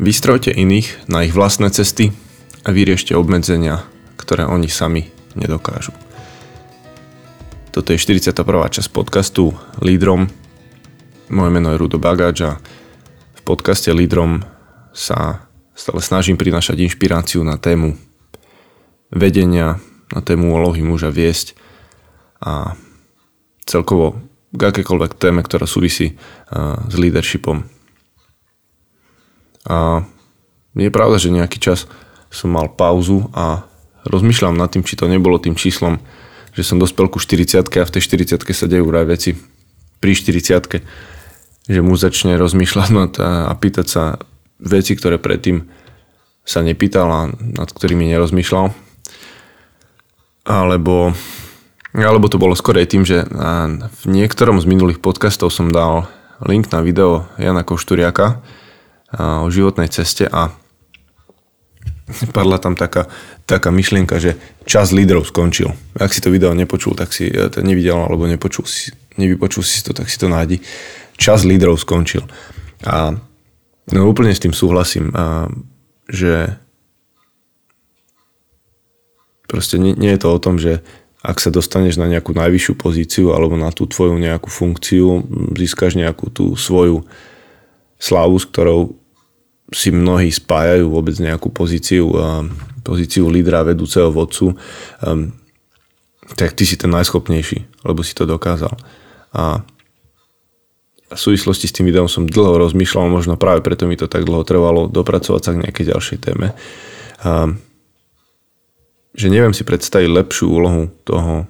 Vystrojte iných na ich vlastné cesty a vyriešte obmedzenia, ktoré oni sami nedokážu. Toto je 41. časť podcastu Lídrom. Moje meno je Rudo Bagáč a v podcaste Lídrom sa stále snažím prinášať inšpiráciu na tému vedenia, na tému úlohy muža viesť a celkovo k akékoľvek téme, ktorá súvisí s leadershipom. A je pravda, že nejaký čas som mal pauzu a rozmýšľam nad tým, či to nebolo tým číslom, že som dospel ku 40-ke a v tej 40-ke sa dejú vraj veci pri 40-ke, že muž začne rozmýšľať a pýtať sa veci, ktoré predtým sa nepýtal a nad ktorými nerozmýšľal. Alebo to bolo skorej tým, že v niektorom z minulých podcastov som dal link na video Jana Košturiaka o životnej ceste a padla tam taká myšlienka, že čas lídrov skončil. Ak si to video nepočul, tak si to nevidel alebo nevypočul si to, tak si to nájdi. Čas lídrov skončil. A úplne s tým súhlasím, že proste nie je to o tom, že ak sa dostaneš na nejakú najvyššiu pozíciu alebo na tú tvoju nejakú funkciu, získaš nejakú tú svoju slávu, s ktorou si mnohí spájajú vôbec nejakú pozíciu lídra, vedúceho vodcu, tak ty si ten najschopnejší, lebo si to dokázal. A v súvislosti s tým videom som dlho rozmýšľal, možno práve preto mi to tak dlho trvalo dopracovať sa k nejakej ďalšej téme, že neviem si predstaviť lepšiu úlohu toho,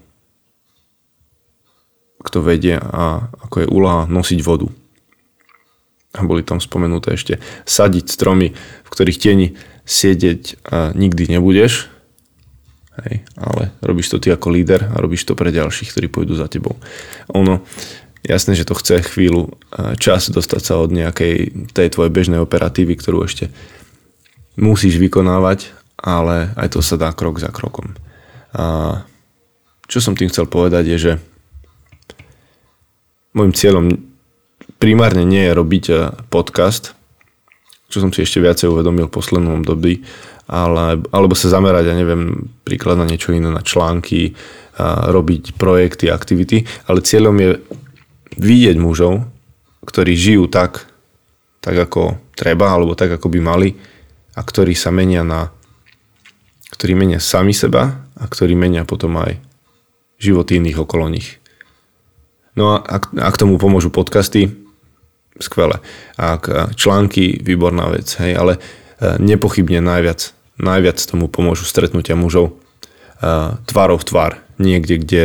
kto vedie a ako je úloha nosiť vodu. A boli tam spomenuté ešte sadiť stromy, v ktorých tieni sedieť nikdy nebudeš, hej, ale robíš to ty ako líder a robíš to pre ďalších, ktorí pôjdu za tebou. Jasné, že to chce chvíľu čas dostať sa od nejakej tej tvojej bežnej operatívy, ktorú ešte musíš vykonávať, ale aj to sa dá krok za krokom. A čo som tým chcel povedať je, že môjim cieľom primárne nie je robiť podcast, čo som si ešte viacej uvedomil v poslednom období, alebo sa zamerať, ja neviem, príklad na niečo iné, na články, robiť projekty, aktivity, ale cieľom je vidieť mužov, ktorí žijú tak ako treba, alebo tak ako by mali a ktorí menia sami seba a ktorí menia potom aj životy iných okolo nich. No a ak tomu pomôžu podcasty, skvelé. Ak články, výborná vec, hej, ale nepochybne najviac tomu pomôžu stretnutia mužov tvárou v tvár. Niekde, kde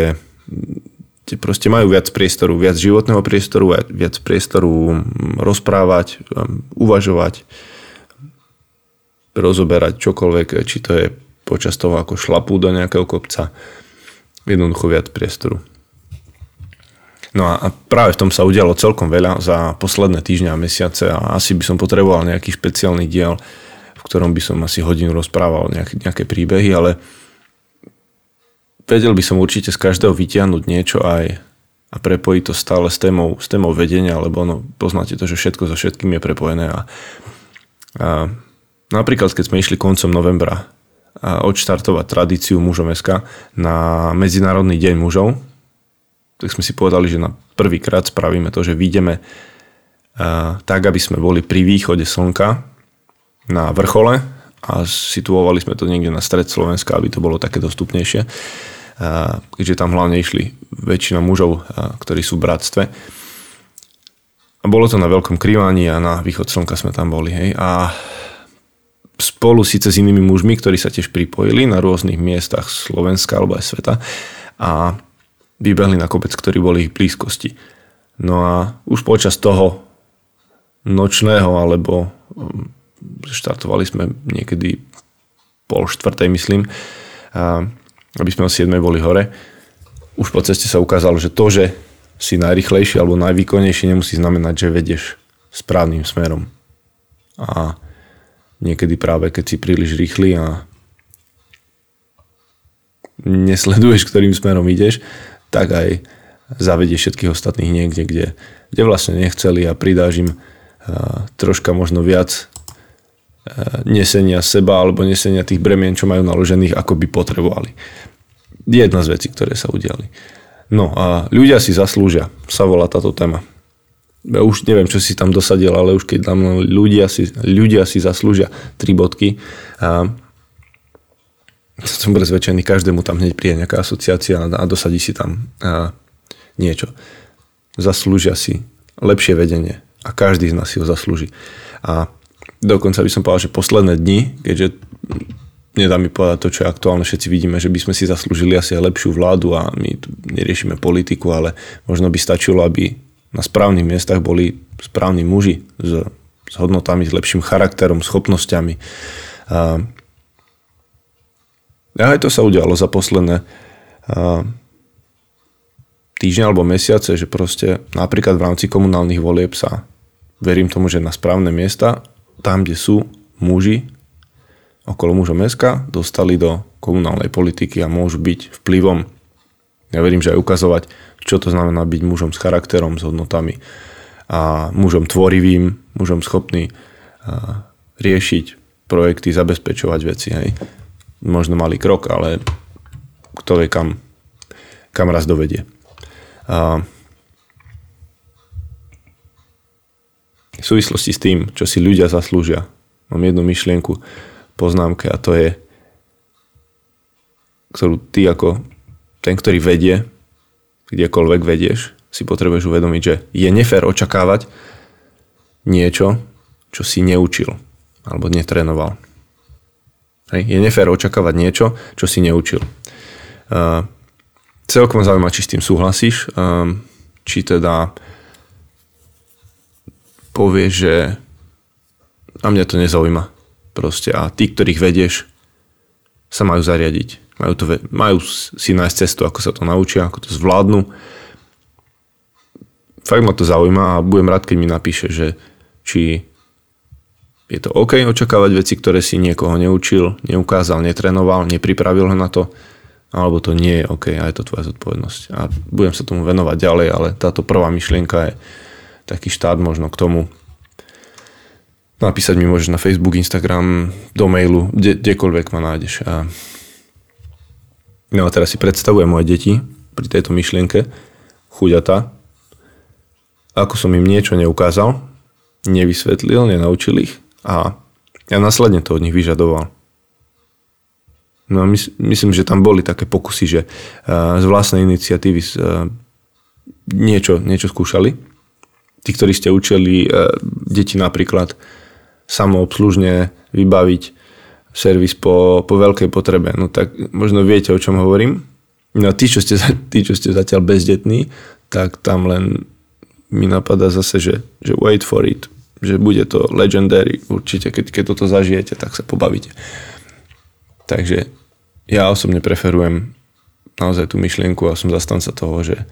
proste majú viac priestoru, viac životného priestoru, viac priestoru rozprávať, uvažovať, rozoberať čokoľvek, či to je počas toho, ako šlapú do nejakého kopca. Jednoducho viac priestoru. No a práve v tom sa udialo celkom veľa za posledné týždne a mesiace a asi by som potreboval nejaký špeciálny diel, v ktorom by som asi hodinu rozprával nejaké príbehy, ale vedel by som určite z každého vytiahnuť niečo aj a prepojiť to stále s témou vedenia, lebo poznáte to, že všetko so všetkým je prepojené a napríklad keď sme išli koncom novembra odštartovať tradíciu mužom.sk na Medzinárodný deň mužov, tak sme si povedali, že na prvýkrát spravíme to, že vyjdeme tak, aby sme boli pri východe slnka na vrchole a situovali sme to niekde na stred Slovenska, aby to bolo také dostupnejšie. Keďže tam hlavne išli väčšina mužov, ktorí sú v bratstve. A bolo to na Veľkom Kriváni a na východ slnka sme tam boli. Hej. A spolu síce s inými mužmi, ktorí sa tiež pripojili na rôznych miestach Slovenska alebo aj sveta a vybehli na kopec, ktorý bol ich v blízkosti. No a už počas toho nočného, alebo štartovali sme niekedy 3:30, myslím, aby sme o 7 boli hore. Už po ceste sa ukázalo, že to, že si najrýchlejší alebo najvýkonnejší, nemusí znamenať, že vedieš správnym smerom. A niekedy práve keď si príliš rýchly a nesleduješ, ktorým smerom ideš, tak aj zavedieš všetkých ostatných niekde, kde vlastne nechceli a pridáš im troška možno viac nesenia seba alebo nesenia tých bremien, čo majú naložených, ako by potrebovali. Jedna z vecí, ktoré sa udiali. No a ľudia si zaslúžia, sa volá táto téma. Ja už neviem, čo si tam dosadil, ale už keď tam ľudia si zaslúžia 3 bodky. A som presvedčený, každému tam hneď príde nejaká asociácia a dosadí si tam niečo. Zaslúžia si lepšie vedenie a každý z nás si ho zaslúži. A dokonca by som povedal, že posledné dni, keďže nedá mi povedať to, čo je aktuálne, všetci vidíme, že by sme si zaslúžili asi aj lepšiu vládu a my tu neriešime politiku, ale možno by stačilo, aby na správnych miestach boli správni muži s hodnotami, s lepším charakterom, schopnosťami. A aj to sa udialo za posledné týždne alebo mesiace, že proste napríklad v rámci komunálnych volieb sa, verím tomu, že na správne miesta, tam, kde sú muži okolo mužov mesta, dostali do komunálnej politiky a môžu byť vplyvom. Ja verím, že aj ukazovať, čo to znamená byť mužom s charakterom, s hodnotami a mužom tvorivým, mužom schopný riešiť projekty, zabezpečovať veci. Hej. Možno malý krok, ale kto vie, kam raz dovedie. V súvislosti s tým, čo si ľudia zaslúžia, mám jednu myšlienku, poznámke a to je, ktorú ty ako ten, ktorý vedie, kdekoľvek vedieš, si potrebuješ uvedomiť, že je nefér očakávať niečo, čo si neučil alebo netrénoval. Hej. Je nefér očakávať niečo, čo si neučil. Celkom zaujíma, či s tým súhlasíš, či teda povieš, že a mňa to nezaujíma. Proste a tí, ktorých vedieš, sa majú zariadiť. Majú si nájsť cestu, ako sa to naučia, ako to zvládnu. Fakt ma to zaujíma a budem rád, keď mi napíše, že či je to OK očakávať veci, ktoré si niekoho neučil, neukázal, netrénoval, nepripravil ho na to, alebo to nie je OK a je to tvoja zodpovednosť. A budem sa tomu venovať ďalej, ale táto prvá myšlienka je taký štát možno k tomu. Napísať mi môžeš na Facebook, Instagram, do mailu, kdekoľvek ma nájdeš. No a teraz si predstavujem moje deti pri tejto myšlienke, chuďata, ako som im niečo neukázal, nevysvetlil, nenaučil ich a ja následne to od nich vyžadoval. No a myslím, že tam boli také pokusy, že z vlastnej iniciatívy niečo skúšali. Tí, ktorí ste učili deti napríklad samoobslužne vybaviť servis po veľkej potrebe. No tak možno viete, o čom hovorím. No a tí, čo ste zatiaľ bezdetní, tak tam len mi napadá zase, že wait for it. Že bude to legendary. Určite, keď toto zažijete, tak sa pobavíte. Takže ja osobne preferujem naozaj tú myšlienku a som zastanca toho, že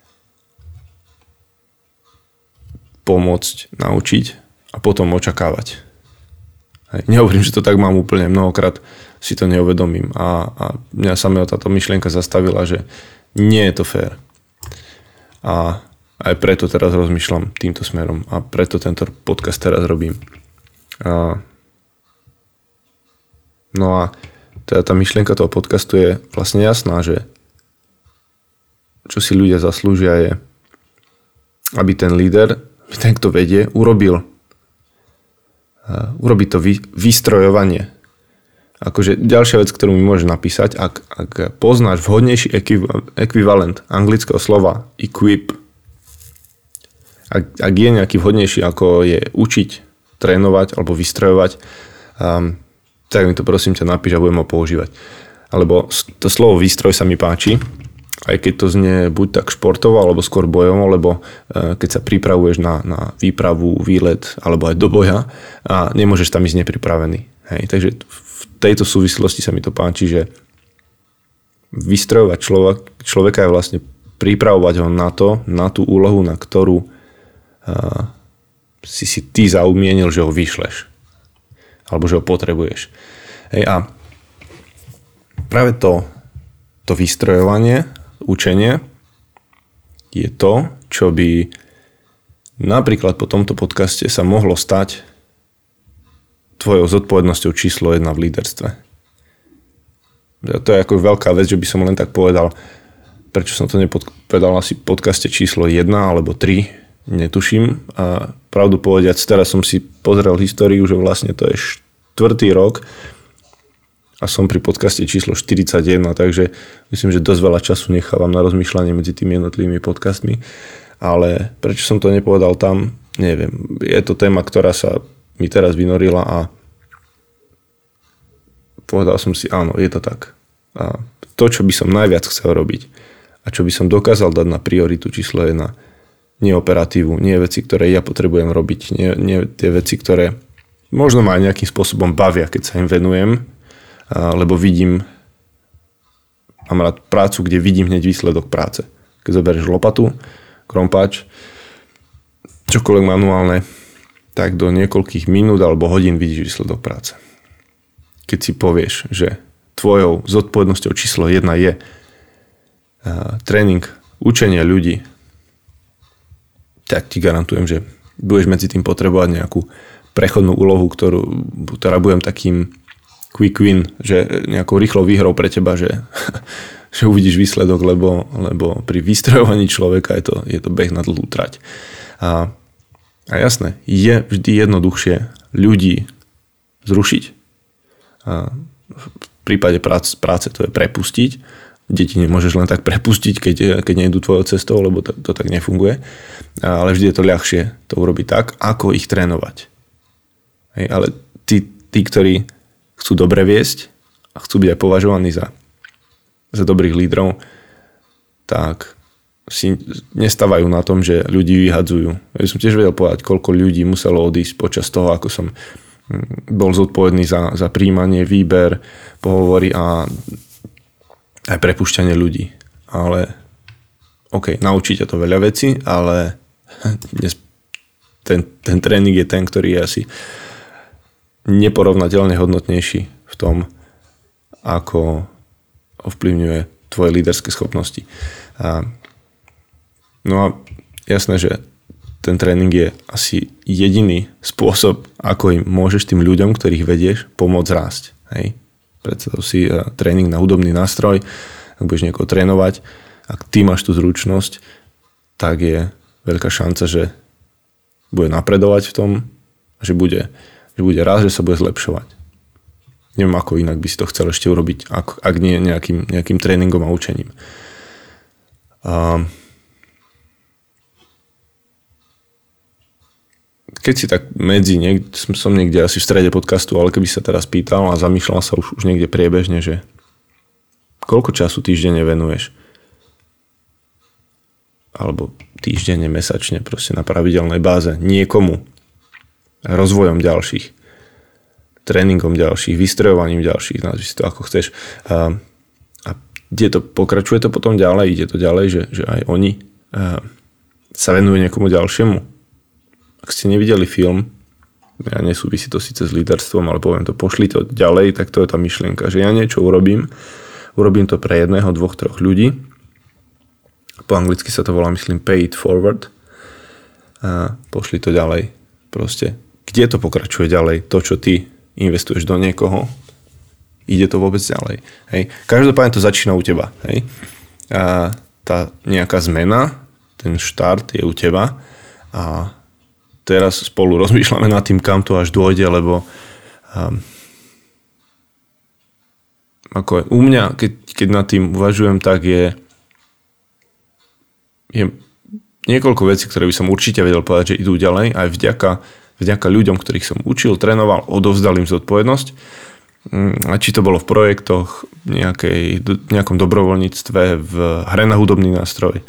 pomôcť, naučiť a potom očakávať. Nehovorím, že to tak mám úplne, mnohokrát si to neuvedomím a mňa samého táto myšlienka zastavila, že nie je to fér. A aj preto teraz rozmýšľam týmto smerom a preto tento podcast teraz robím. No a teda tá myšlienka toho podcastu je vlastne jasná, že čo si ľudia zaslúžia je, aby ten líder, ten, kto vedie, urobiť to vystrojovanie. Akože ďalšia vec, ktorú mi môžeš napísať, ak poznáš vhodnejší ekvivalent anglického slova equip, ak je nejaký vhodnejší, ako je učiť, trénovať alebo vystrojovať, tak mi to prosím ťa napíš a budem ho používať. Alebo to slovo výstroj sa mi páči, aj keď to znie buď tak športovo, alebo skôr bojovo, lebo keď sa pripravuješ na výpravu, výlet, alebo aj do boja a nemôžeš tam ísť nepripravený. Hej, takže v tejto súvislosti sa mi to páči, že vystrojovať človeka je vlastne pripravovať ho na tú úlohu, na ktorú si ty zaumienil, že ho vyšleš. Alebo že ho potrebuješ. Hej, a práve to vystrojovanie, učenie je to, čo by napríklad po tomto podcaste sa mohlo stať tvojou zodpovednosťou číslo 1 v líderstve. To je ako veľká vec, že by som len tak povedal, prečo som to nepovedal asi v podcaste číslo 1 alebo 3, netuším. A pravdu povediac, teraz som si pozrel históriu, že vlastne to je 4. rok a som pri podcaste číslo 41, takže myslím, že dosť veľa času nechávam na rozmýšľanie medzi tými jednotlivými podcastmi. Ale prečo som to nepovedal tam, neviem. Je to téma, ktorá sa mi teraz vynorila a povedal som si, áno, je to tak. A to, čo by som najviac chcel robiť a čo by som dokázal dať na prioritu číslo 1, nie operatívu, nie veci, ktoré ja potrebujem robiť, nie tie veci, ktoré možno ma aj nejakým spôsobom bavia, keď sa im venujem, lebo vidím, mám rád prácu, kde vidím hneď výsledok práce. Keď zoberieš lopatu, krompáč, čokoľvek manuálne, tak do niekoľkých minút alebo hodín vidíš výsledok práce. Keď si povieš, že tvojou zodpovednosťou číslo 1 je tréning, učenie ľudí, tak ti garantujem, že budeš medzi tým potrebovať nejakú prechodnú úlohu, ktorá budem takým quick win, že nejakou rýchlou výhrou pre teba, že uvidíš výsledok, lebo pri vystrojovaní človeka je to beh na dlhú trať. A jasné, je vždy jednoduchšie ľudí zrušiť. A v prípade práce to je prepustiť. Deti nemôžeš len tak prepustiť, keď nejdú tvojou cestou, lebo to tak nefunguje. Ale vždy je to ľahšie to urobiť tak, ako ich trénovať. Hej, ale tí, ktorí chcú dobre viesť a chcú byť aj považovaní za dobrých lídrov, tak si nestávajú na tom, že ľudí vyhadzujú. Ja som tiež vedel povedať, koľko ľudí muselo odísť počas toho, ako som bol zodpovedný za príjmanie, výber, pohovory a aj prepušťanie ľudí. Ale OK, naučíte to veľa vecí, ale ten tréning je ten, ktorý je asi neporovnateľne hodnotnejší v tom, ako ovplyvňuje tvoje líderské schopnosti. No a jasné, že ten tréning je asi jediný spôsob, ako im môžeš tým ľuďom, ktorých vedieš, pomôcť rásť. Hej? Predstav si tréning na hudobný nástroj, ak budeš niekoho trénovať, ak ty máš tú zručnosť, tak je veľká šanca, že bude napredovať v tom, že bude rád, že sa bude zlepšovať. Neviem, ako inak by si to chcel ešte urobiť, ak nie nejakým tréningom a učením. Keď si tak som niekde asi v strede podcastu, ale keby sa teraz pýtal a zamýšľal sa už niekde priebežne, že koľko času týždenne venuješ? Alebo týždenne, mesačne, proste na pravidelnej báze niekomu, rozvojom ďalších, tréningom ďalších, vystrojovaním ďalších, nazvi si to ako chceš. A pokračuje to potom ďalej, ide to ďalej, že aj oni sa venujú niekomu ďalšiemu. Ak ste nevideli film, ja nesúvisí to síce s líderstvom, ale poviem to, pošli to ďalej, tak to je tá myšlienka, že ja niečo urobím to pre 1, 2, 3 ľudí. Po anglicky sa to volá, myslím, pay it forward. A pošli to ďalej. Proste, kde to pokračuje ďalej? To, čo ty investuješ do niekoho, ide to vôbec ďalej. Hej. Každopádne to začína u teba. Hej. A tá nejaká zmena, ten štart je u teba a teraz spolu rozmýšľame nad tým, kam to až dôjde, lebo ako u mňa, keď nad tým uvažujem, tak je niekoľko vecí, ktoré by som určite vedel povedať, že idú ďalej, aj vďaka ľuďom, ktorých som učil, trénoval, odovzdal im zodpovednosť. A či to bolo v projektoch, nejakom dobrovoľníctve, v hre na hudobný nástroj,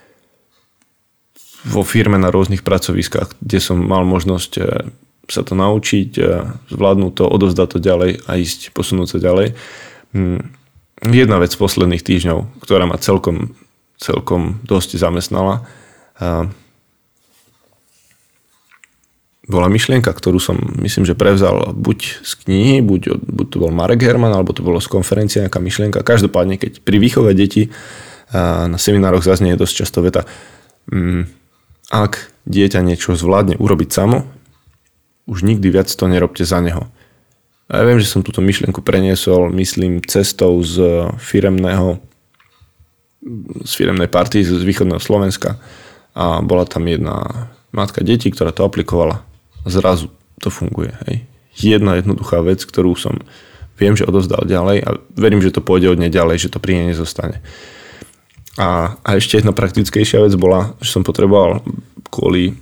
vo firme na rôznych pracoviskách, kde som mal možnosť sa to naučiť, zvládnuť to, odovzdať to ďalej a posunúť sa ďalej. Jedna vec z posledných týždňov, ktorá ma celkom dosť zamestnala, bola myšlienka, ktorú som, myslím, že prevzal buď z knihy, buď to bol Marek Herman, alebo to bolo z konferencie nejaká myšlienka. Každopádne, keď pri výchove detí na seminároch zaznie dosť často veta, ak dieťa niečo zvládne urobiť samo, už nikdy viac to nerobte za neho. A ja viem, že som túto myšlienku preniesol, myslím, cestou z firemnej party z východného Slovenska a bola tam jedna matka detí, ktorá to aplikovala. Zrazu to funguje. Hej. Jedna jednoduchá vec, ktorú som viem, že odovzdal ďalej a verím, že to pôjde od nej ďalej, že to pri nej nezostane. A ešte jedna praktickejšia vec bola, že som potreboval kvôli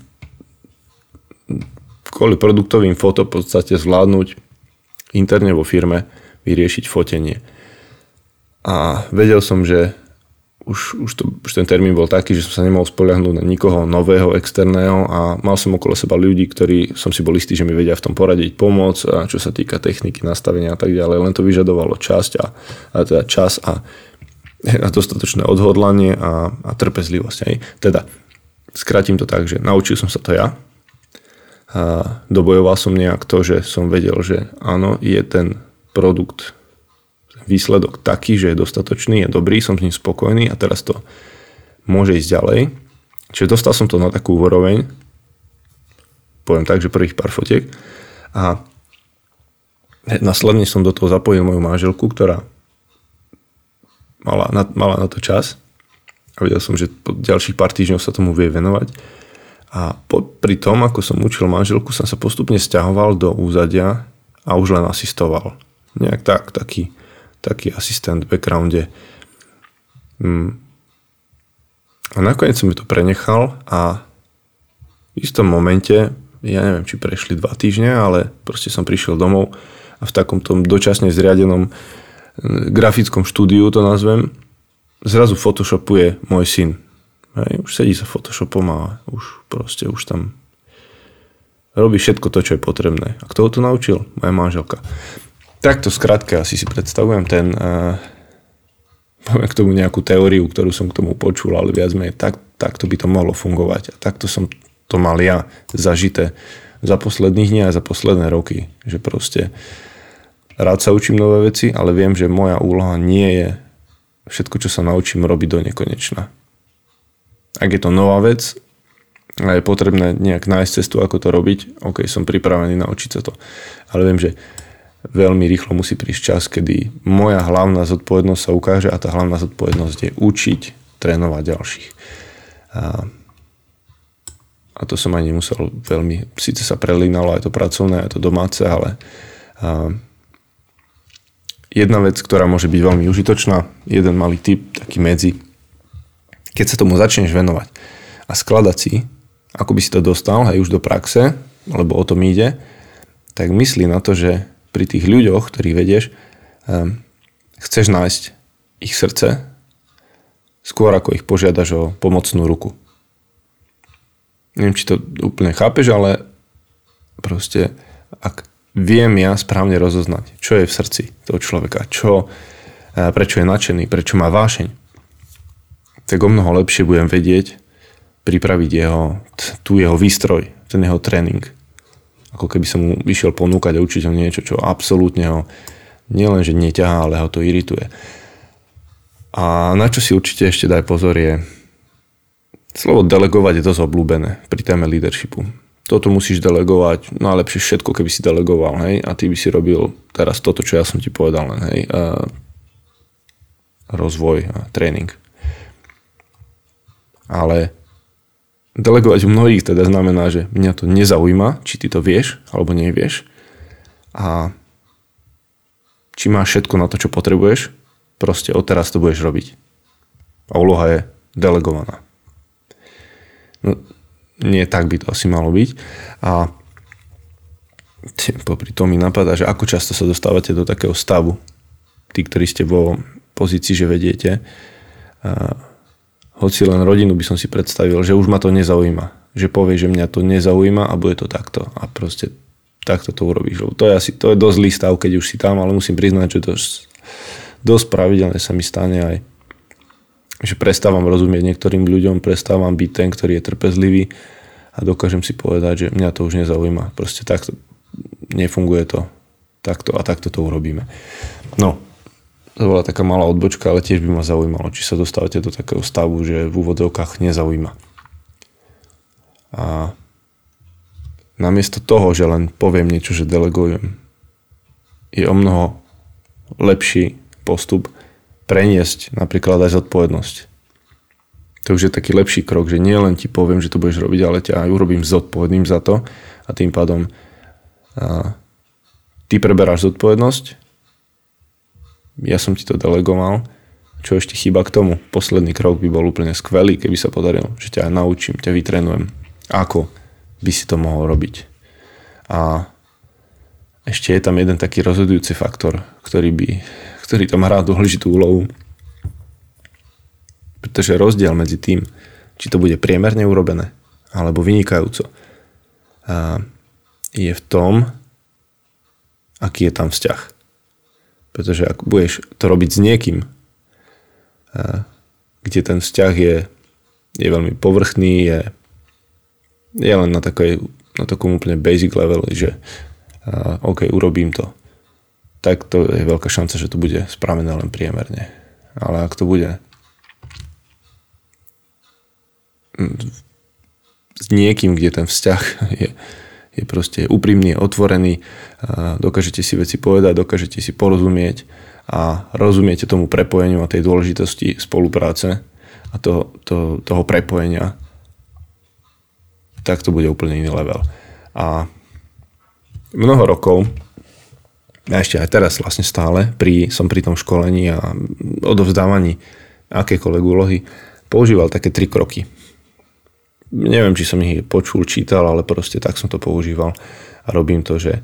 produktovým foto v podstate zvládnuť interne vo firme vyriešiť fotenie. A vedel som, že už ten termín bol taký, že som sa nemohol spoľahnúť na nikoho nového, externého a mal som okolo seba ľudí, ktorí som si bol istý, že mi vedia v tom poradiť, pomôcť, a čo sa týka techniky, nastavenia a tak ďalej. Len to vyžadovalo čas a dostatočné odhodlanie a trpezlivosť. Hej. Teda, skrátim to tak, že naučil som sa to ja. A dobojoval som nejak to, že som vedel, že áno, je ten produkt, výsledok taký, že je dostatočný, je dobrý, som s ním spokojný a teraz to môže ísť ďalej. Čiže dostal som to na takú úroveň, poviem tak, že prvých pár fotiek a následne som do toho zapojil moju manželku, ktorá mala na to čas a vedel som, že po ďalších pár týždňov sa tomu vie venovať. A pri tom, ako som učil manželku, som sa postupne sťahoval do úzadia a už len asistoval. Nejak taký asistent v backgrounde. A nakoniec som mi to prenechal a v istom momente, ja neviem, či prešli 2 týždne, ale proste som prišiel domov a v takomto dočasne zriadenom grafickom štúdiu, to nazvem, zrazu photoshopuje môj syn. Hej, už sedí sa Photoshopom a už tam robí všetko to, čo je potrebné. A kto ho to naučil? Moja manželka. Takto skrátka asi si predstavujem poviem k tomu nejakú teóriu, ktorú som k tomu počul, ale viac menej takto by to mohlo fungovať. A takto som to mal ja zažité za posledných dní a za posledné roky. Že proste rád sa učím nové veci, ale viem, že moja úloha nie je všetko, čo sa naučím, robiť do nekonečna. Ak je to nová vec a je potrebné nejak nájsť cestu, ako to robiť, OK, som pripravený naučiť sa to. Ale viem, že veľmi rýchlo musí prísť čas, kedy moja hlavná zodpovednosť sa ukáže a tá hlavná zodpovednosť je učiť, trénovať ďalších. A to som ani nemusel veľmi, síce sa prelínalo aj to pracovné, aj to domáce, ale jedna vec, ktorá môže byť veľmi užitočná, jeden malý tip, taký medzi. Keď sa tomu začneš venovať a skladať si, ako by si to dostal aj už do praxe, lebo o tom ide, tak myslí na to, že pri tých ľuďoch, ktorých vedieš, chceš nájsť ich srdce skôr ako ich požiadaš o pomocnú ruku. Neviem, či to úplne chápeš, ale proste ak viem ja správne rozoznať, čo je v srdci toho človeka, prečo je nadšený, prečo má vášeň, tak o mnoho lepšie budem vedieť pripraviť jeho výstroj, ten jeho tréning. Ako keby som mu vyšiel ponúkať a učiť ho niečo, čo absolútne ho nielenže neťahá, ale ho to irituje. A na čo si určite ešte daj pozor je, slovo delegovať je dosť obľúbené pri téme leadershipu. Toto musíš delegovať, najlepšie všetko, keby si delegoval, hej, a ty by si robil teraz toto, čo ja som ti povedal, hej, rozvoj a tréning. Ale delegovať u mnohých teda znamená, že mňa to nezaujíma, či ty to vieš alebo nevieš a či máš všetko na to, čo potrebuješ, proste odteraz to budeš robiť. A úloha je delegovaná. No, nie tak by to asi malo byť. A popri tom mi napadá, že ako často sa dostávate do takého stavu, tí, ktorí ste vo pozícii, že vediete, hoci len rodinu by som si predstavil, že už ma to nezaujíma. Že povie, že mňa to nezaujíma a bude to takto. A proste takto to urobíš. To je dosť zlý stav, keď už si tam, ale musím priznať, že dosť pravidelne sa mi stane aj, že prestávam rozumieť niektorým ľuďom, prestávam byť ten, ktorý je trpezlivý a dokážem si povedať, že mňa to už nezaujíma. Proste takto nefunguje to. Takto a takto to urobíme. No, to bola taká malá odbočka, ale tiež by ma zaujímalo, či sa dostávate do takého stavu, že v úvodzovkách nezaujíma. A namiesto toho, že len poviem niečo, že delegujem, je o mnoho lepší postup preniesť napríklad aj zodpovednosť. To už je taký lepší krok, že nie len ti poviem, že to budeš robiť, ale ťa aj urobím zodpovedným za to a tým pádom ty preberáš zodpovednosť, ja som ti to delegoval, čo ešte chýba k tomu. Posledný krok by bol úplne skvelý, keby sa podarilo, že ťa naučím, ťa vytrenujem, ako by si to mohol robiť. A ešte je tam jeden taký rozhodujúci faktor, ktorý tam hrá dôležitú úlohu. Pretože rozdiel medzi tým, či to bude priemerne urobené, alebo vynikajúco, je v tom, aký je tam vzťah. Pretože ak budeš to robiť s niekým, kde ten vzťah je veľmi povrchný, je len na takom úplne basic level, že OK, urobím to, tak to je veľká šanca, že to bude spravené len priemerne. Ale ak to bude s niekým, kde ten vzťah je proste úprimný, otvorený, dokážete si veci povedať, dokážete si porozumieť a rozumiete tomu prepojeniu a tej dôležitosti spolupráce a toho prepojenia, tak to bude úplne iný level. A mnoho rokov, a ešte aj teraz vlastne stále, som pri tom školení a odovzdávaní akékoľvek úlohy, používal také 3 kroky. Neviem, či som ich počul, čítal, ale proste tak som to používal a robím to, že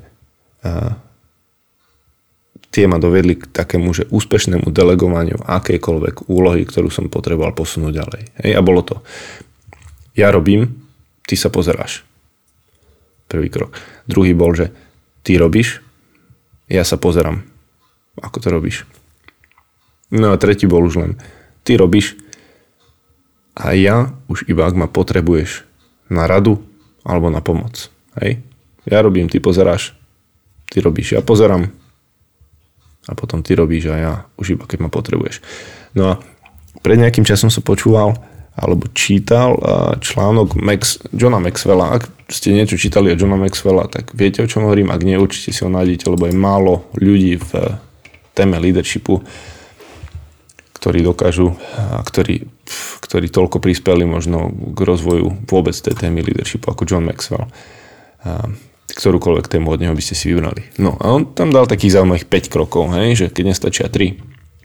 tie ma dovedli k takému, že úspešnému delegovaniu akejkoľvek úlohy, ktorú som potreboval posunúť ďalej. Hej, a bolo to. Ja robím, ty sa pozeráš. Prvý krok. Druhý bol, že ty robíš, ja sa pozerám, ako to robíš. No a tretí bol už len, ty robíš a ja už iba ak ma potrebuješ na radu alebo na pomoc. Hej? Ja robím, ty pozeráš, ty robíš, ja pozerám a potom ty robíš a ja už iba keď ma potrebuješ. No a pred nejakým časom som počúval alebo čítal článok Johna Maxwella. Ak ste niečo čítali o Johna Maxwella, tak viete, o čom hovorím. Ak nie, určite si ho nájdete, lebo je málo ľudí v téme leadershipu, ktorí dokážu, ktorí toľko prispeli možno k rozvoju vôbec tej témy leadershipu ako John Maxwell. Ktorúkoľvek tému od neho by ste si vybrali. No a on tam dal takých zaujímavých 5 krokov, hej, že keď nestačia 3.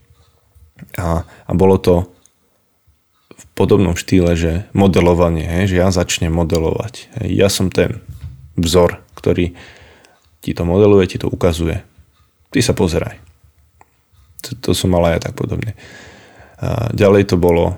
A bolo to v podobnom štýle, že modelovanie, hej, že ja začnem modelovať. Hej, ja som ten vzor, ktorý ti to modeluje, ti to ukazuje. Ty sa pozeraj. To som mal aj tak podobne. A ďalej to bolo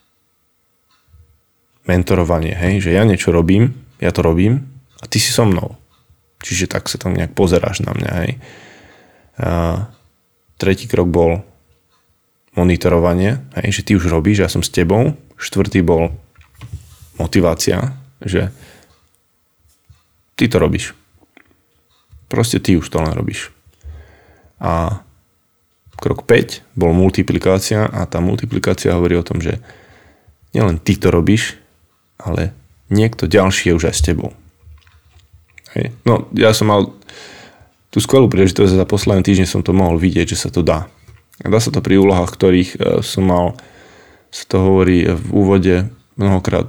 mentorovanie, hej, že ja niečo robím, ja to robím a ty si so mnou. Čiže tak sa tam nejak pozeráš na mňa, hej. A tretí krok bol monitorovanie, hej, že ty už robíš, ja som s tebou. Štvrtý bol motivácia, že ty to robíš. Proste ty už to len robíš. A krok 5 bol multiplikácia a tá multiplikácia hovorí o tom, že nielen ty to robíš, ale niekto ďalší je už aj s tebou. Hej. No, ja som mal tú skvelú príležitosť, za posledné týždne som to mohol vidieť, že sa to dá. A dá sa to pri úlohách, ktorých som mal, sa to hovorí v úvode mnohokrát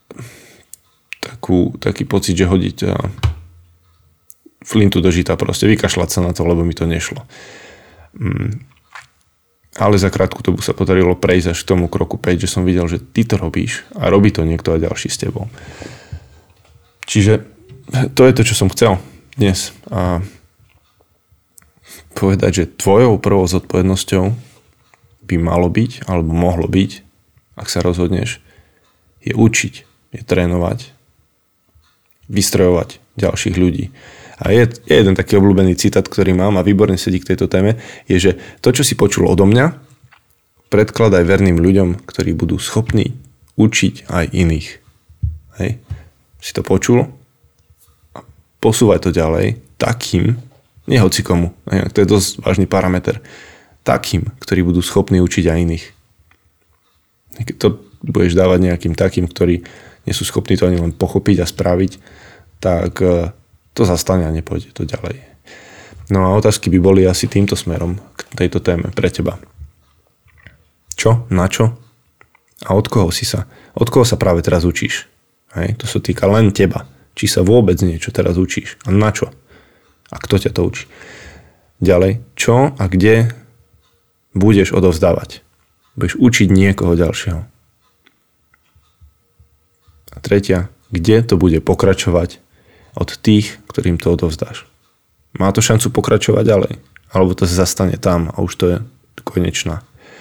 taký pocit, že hodiť flintu do žita, proste vykašľať sa na to, lebo mi to nešlo. Ale za krátku dobu sa podarilo prejsť až k tomu kroku 5, že som videl, že ty to robíš a robí to niekto aj ďalší s tebou. Čiže to je to, čo som chcel dnes. A povedať, že tvojou prvou zodpovednosťou by malo byť, alebo mohlo byť, ak sa rozhodneš, je učiť, je trénovať, vystrojovať ďalších ľudí. A je jeden taký obľúbený citát, ktorý mám a výborne sedí k tejto téme, je, že to, čo si počul odo mňa, predkladaj verným ľuďom, ktorí budú schopní učiť aj iných. Hej. Si to počul? A posúvaj to ďalej takým, nie hocikomu, to je dosť vážny parameter, takým, ktorí budú schopní učiť aj iných. Keď to budeš dávať nejakým takým, ktorí nie sú schopní to ani len pochopiť a spraviť, tak to zastane a nepôjde to ďalej. No a otázky by boli asi týmto smerom k tejto téme pre teba. Čo? Na čo? A od koho sa práve teraz učíš? Hej? To sa týka len teba. Či sa vôbec niečo teraz učíš? A na čo? A kto ťa to učí? Ďalej, čo a kde budeš odovzdávať? Budeš učiť niekoho ďalšieho. A tretia, kde to bude pokračovať od tých, ktorým to odovzdáš? Má to šancu pokračovať ďalej? Alebo to sa zastane tam a už to je konečná?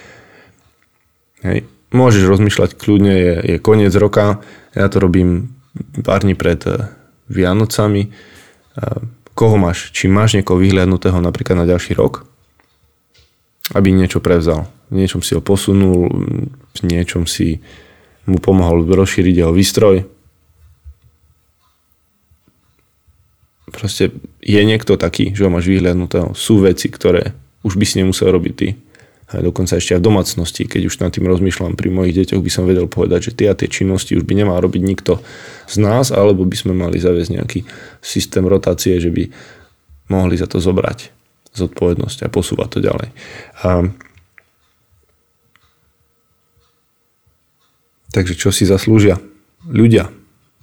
Hej. Môžeš rozmýšľať kľudne, je koniec roka, ja to robím pár dní pred Vianocami. Koho máš? Či máš niekoho vyhliadnutého napríklad na ďalší rok? Aby niečo prevzal. V niečom si ho posunul, v niečom si mu pomohol rozšíriť jeho výstroj. Proste je niekto taký, že ho máš vyhliadnutého. Sú veci, ktoré už by si nemusel robiť ty. A dokonca ešte aj v domácnosti, keď už nad tým rozmýšľam pri mojich deťoch, by som vedel povedať, že tie činnosti už by nemal robiť nikto z nás, alebo by sme mali zaviesť nejaký systém rotácie, že by mohli za to zobrať zodpovednosť a posúvať to ďalej. Takže čo si zaslúžia? Ľudia.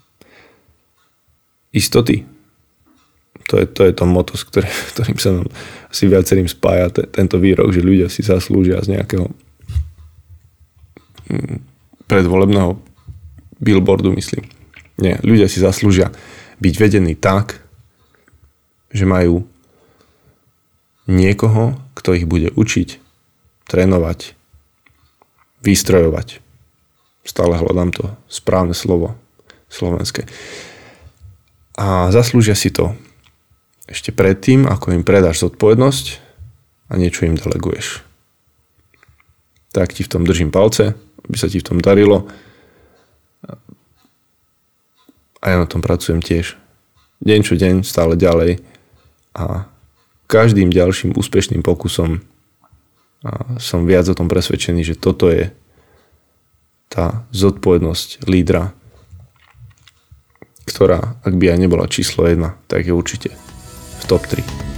Istoty. To je to motto, s ktorým sa nám asi viacerým spája tento výrok, že ľudia si zaslúžia z nejakého predvolebného billboardu, myslím. Nie, ľudia si zaslúžia byť vedení tak, že majú niekoho, kto ich bude učiť, trénovať, vystrojovať. Stále hľadám to správne slovo slovenské. A zaslúžia si to ešte predtým, ako im predáš zodpovednosť a niečo im deleguješ. Tak ti v tom držím palce, aby sa ti v tom darilo. A ja na tom pracujem tiež. Deň čo deň, stále ďalej. A každým ďalším úspešným pokusom som viac o tom presvedčený, že toto je tá zodpovednosť lídra, ktorá, ak by aj nebola číslo 1, tak je určite v top 3.